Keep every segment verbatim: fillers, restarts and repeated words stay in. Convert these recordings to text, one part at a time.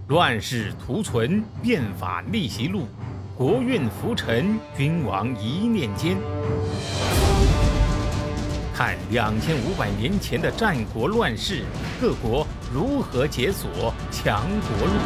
乱世图存，变法逆袭录，国运浮沉，君王一念间。看两千五百年前的战国乱世，各国如何解锁强国路。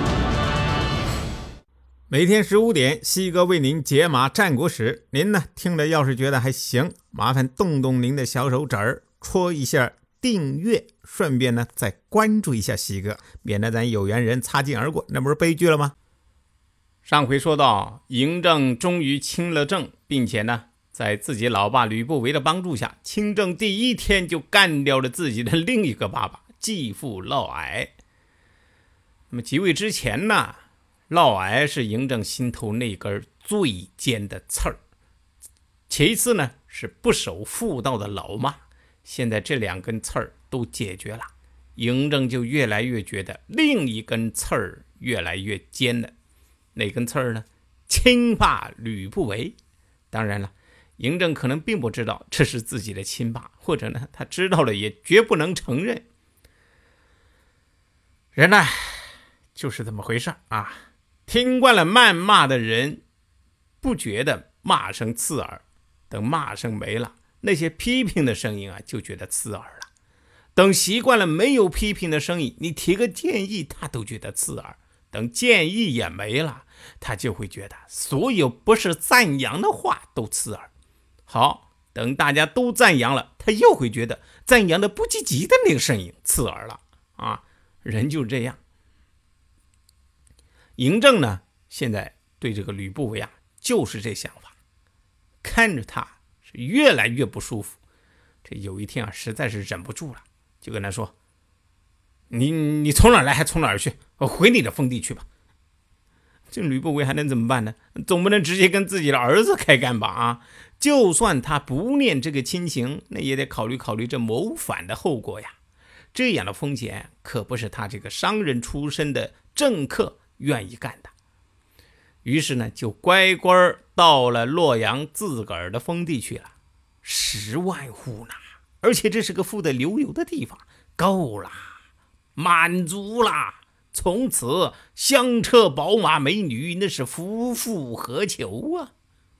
每天十五点，西哥为您解码战国史。您呢，听着要是觉得还行，麻烦动动您的小手指儿，戳一下订阅，顺便呢再关注一下西哥，免得咱有缘人擦肩而过，那不是悲剧了吗？上回说到，嬴政终于亲了政，并且呢在自己老爸吕不韦的帮助下，亲政第一天就干掉了自己的另一个爸爸继父嫪毐。那么即位之前呢，嫪毐是嬴政心头那根最尖的刺儿，其次呢是不守妇道的老妈。现在这两根刺儿都解决了，嬴政就越来越觉得另一根刺儿越来越尖了。哪根刺儿呢？亲爸吕不韦。当然了，嬴政可能并不知道这是自己的亲爸，或者呢他知道了也绝不能承认。人呢就是这么回事啊，听惯了谩骂的人不觉得骂声刺耳，等骂声没了，那些批评的声音啊就觉得刺耳了。等习惯了没有批评的声音，你提个建议他都觉得刺耳。等建议也没了，他就会觉得所有不是赞扬的话都刺耳。好，等大家都赞扬了，他又会觉得赞扬的不积极的那个声音刺耳了啊！人就这样。嬴政呢，现在对这个吕不韦啊，就是这想法，看着他是越来越不舒服。这有一天啊，实在是忍不住了，就跟他说：“你你从哪儿来还从哪儿去，回你的封地去吧。”这吕不韦还能怎么办呢？总不能直接跟自己的儿子开干吧啊！就算他不念这个亲情，那也得考虑考虑这谋反的后果呀。这样的风险可不是他这个商人出身的政客愿意干的。于是呢，就乖乖到了洛阳自个儿的封地去了。十万户呢，而且这是个富得流油的地方，够了，满足了。从此香车宝马美女，那是夫复何求啊！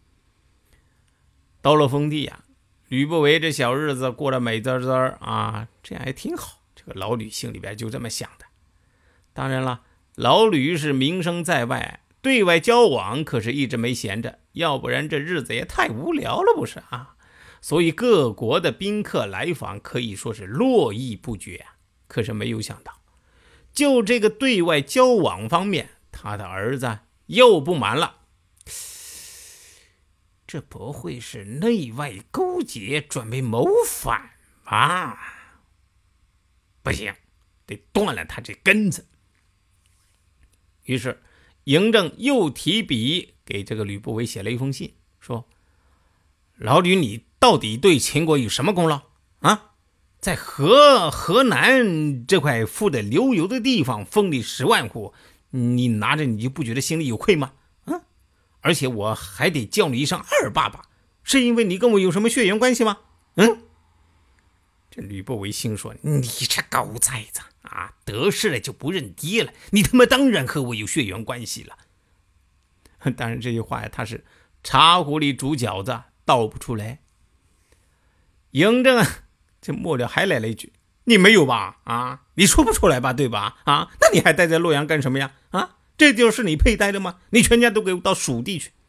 到了封地啊，吕不韦这小日子过得美滋滋啊，这样也挺好。这个老吕心里边就这么想的。当然了，老吕是名声在外，对外交往可是一直没闲着，要不然这日子也太无聊了，不是啊？所以各国的宾客来访可以说是络绎不绝。可是没有想到，就这个对外交往方面，他的儿子又不满了。这不会是内外勾结，准备谋反吧？不行，得断了他这根子。于是嬴政又提笔给这个吕不韦写了一封信，说：“老吕，你到底对秦国有什么功劳啊？在河河南这块富得流油的地方封你十万户，你拿着你就不觉得心里有愧吗？啊！而且我还得叫你一声二爸爸，是因为你跟我有什么血缘关系吗？嗯？”这吕不韦心说：“你这狗崽子啊，得势了就不认爹了，你他妈当然和我有血缘关系了。”当然这句话呀，他是茶壶里煮饺子，倒不出来。嬴政这末了还来了一句：“你没有吧？啊，你说不出来吧？对吧？啊，那你还待在洛阳干什么呀？啊，这就是你配待的吗？你全家都给我到蜀地去！”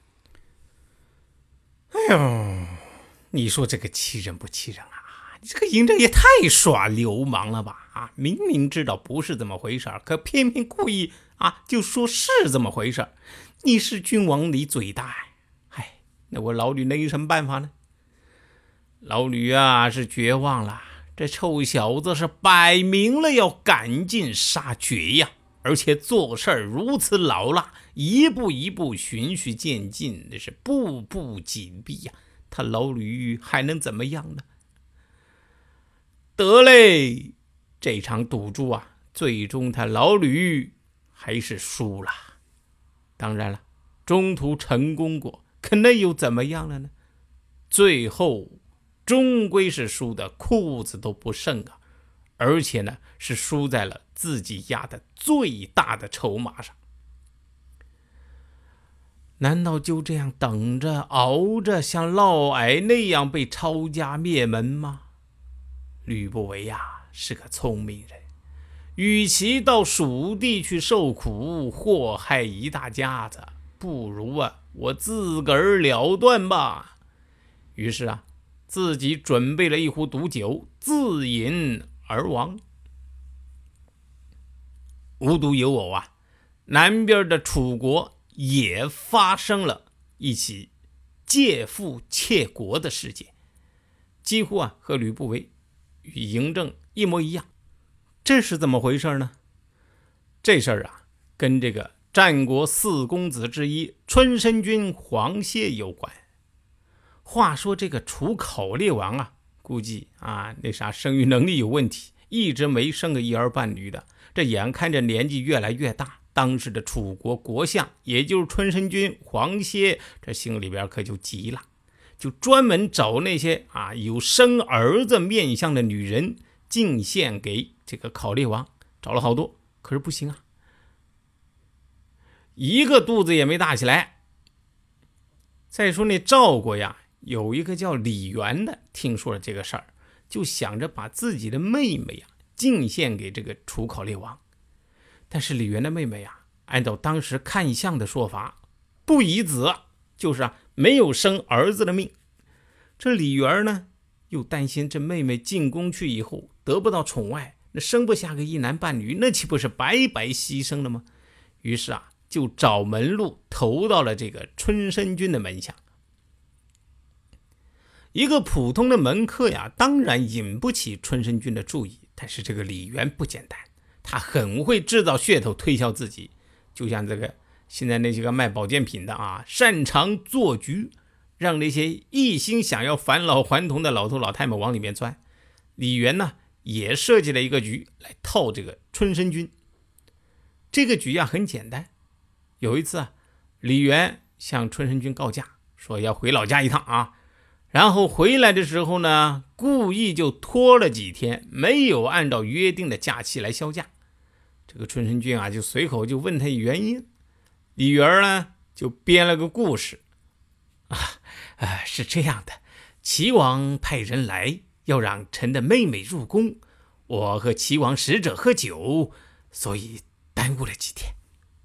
哎呦，你说这个气人不气人啊？你这个嬴政也太耍流氓了吧？啊，明明知道不是这么回事，可偏偏故意啊就说是这么回事。你是君王，你嘴大，哎，那我老吕能有什么办法呢？老吕啊是绝望了，这臭小子是摆明了要赶尽杀绝呀，而且做事如此老辣，一步一步循序渐进，那是步步紧逼呀。他老吕还能怎么样呢？得嘞，这场赌注啊，最终他老吕还是输了。当然了，中途成功过，可那又怎么样了呢？最后终归是输的裤子都不剩啊， 而且呢是输在了自己压的最大的筹码上。难道就这样等着熬着像嫪毐那样被抄家灭门吗？吕不韦呀是个聪明人，与其到蜀地去受苦，祸害一大家子，不如啊我自个儿了断吧。于是啊自己准备了一壶毒酒，自饮而亡。无独有偶啊，南边的楚国也发生了一起借腹窃国的事件，几乎啊和吕不韦与嬴政一模一样。这是怎么回事呢？这事儿啊跟这个战国四公子之一春申君黄歇有关。话说这个楚考烈王啊，估计啊那啥生育能力有问题，一直没生个一儿半女的。这眼看着年纪越来越大，当时的楚国国相也就是春申君黄歇，这心里边可就急了，就专门找那些啊有生儿子面相的女人进献给这个考烈王，找了好多，可是不行啊，一个肚子也没大起来。再说那赵国呀，有一个叫李元的听说了这个事儿，就想着把自己的妹妹呀进献给这个楚考烈王。但是李元的妹妹呀，按照当时看相的说法，不宜子，就是啊没有生儿子的命。这李元呢又担心这妹妹进宫去以后得不到宠爱，那生不下个一男半女，那岂不是白白牺牲了吗？于是啊就找门路投到了这个春申君的门下。一个普通的门客呀，当然引不起春申君的注意，但是这个李元不简单，他很会制造噱头推销自己，就像这个现在那些个卖保健品的啊，擅长做局，让那些一心想要返老还童的老头老太们往里面钻。李元呢也设计了一个局来套这个春申君。这个局呀很简单，有一次啊，李元向春申君告假，说要回老家一趟啊，然后回来的时候呢，故意就拖了几天，没有按照约定的假期来销假。这个春申君啊就随口就问他原因，李元呢就编了个故事啊，呃，是这样的，齐王派人来要让臣的妹妹入宫，我和齐王使者喝酒，所以耽误了几天。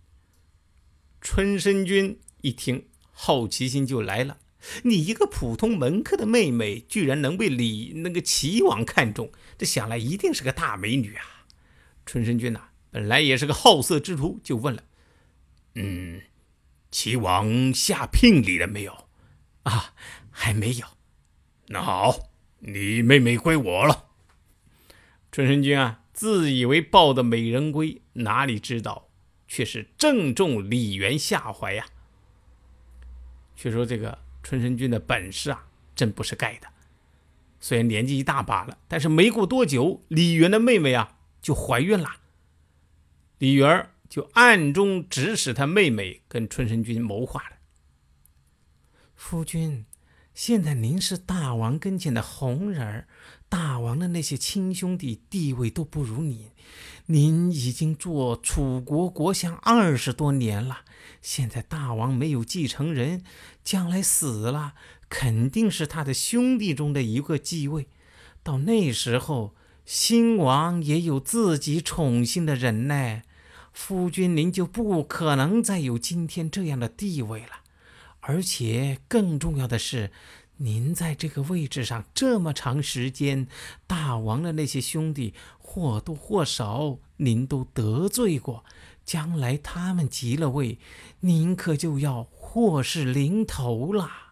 春申君一听，好奇心就来了，你一个普通门客的妹妹居然能被李那个齐王看中，这想来一定是个大美女啊。春申君啊本来也是个好色之徒，就问了，嗯，齐王下聘礼了没有？啊，还没有。那好，你妹妹归我了。春申君啊自以为抱得美人归，哪里知道却是正中李元下怀呀。却说这个春申君的本事啊真不是盖的，虽然年纪一大把了，但是没过多久，李元的妹妹啊就怀孕了。李元就暗中指使他妹妹跟春申君谋划了。夫君，现在您是大王跟前的红人，大王的那些亲兄弟地位都不如您，您已经做楚国国相二十多年了，现在大王没有继承人，将来死了肯定是他的兄弟中的一个继位，到那时候新王也有自己宠幸的人呢，夫君您就不可能再有今天这样的地位了。而且更重要的是，您在这个位置上这么长时间，大王的那些兄弟或多或少您都得罪过，将来他们即了位，您可就要祸事临头了。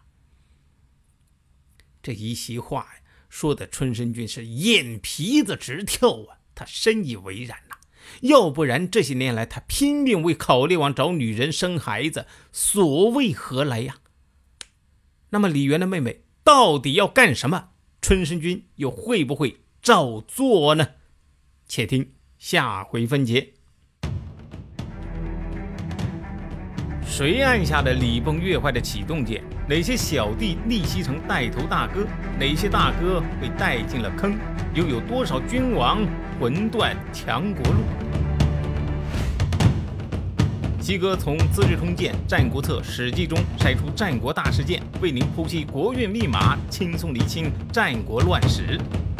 这一席话说的春申君是眼皮子直跳啊，他深以为然呐、啊。要不然这些年来他拼命为考烈王找女人生孩子，所谓何来呀？那么李元的妹妹到底要干什么？春申君又会不会照做呢？且听下回分解。谁按下了礼崩乐坏的启动键？哪些小弟逆袭成带头大哥？哪些大哥被带进了坑？又有多少君王魂断强国路。西哥从《资治通鉴》《战国策》《史记》中筛出战国大事件，为您剖析国运密码，轻松理清战国乱史。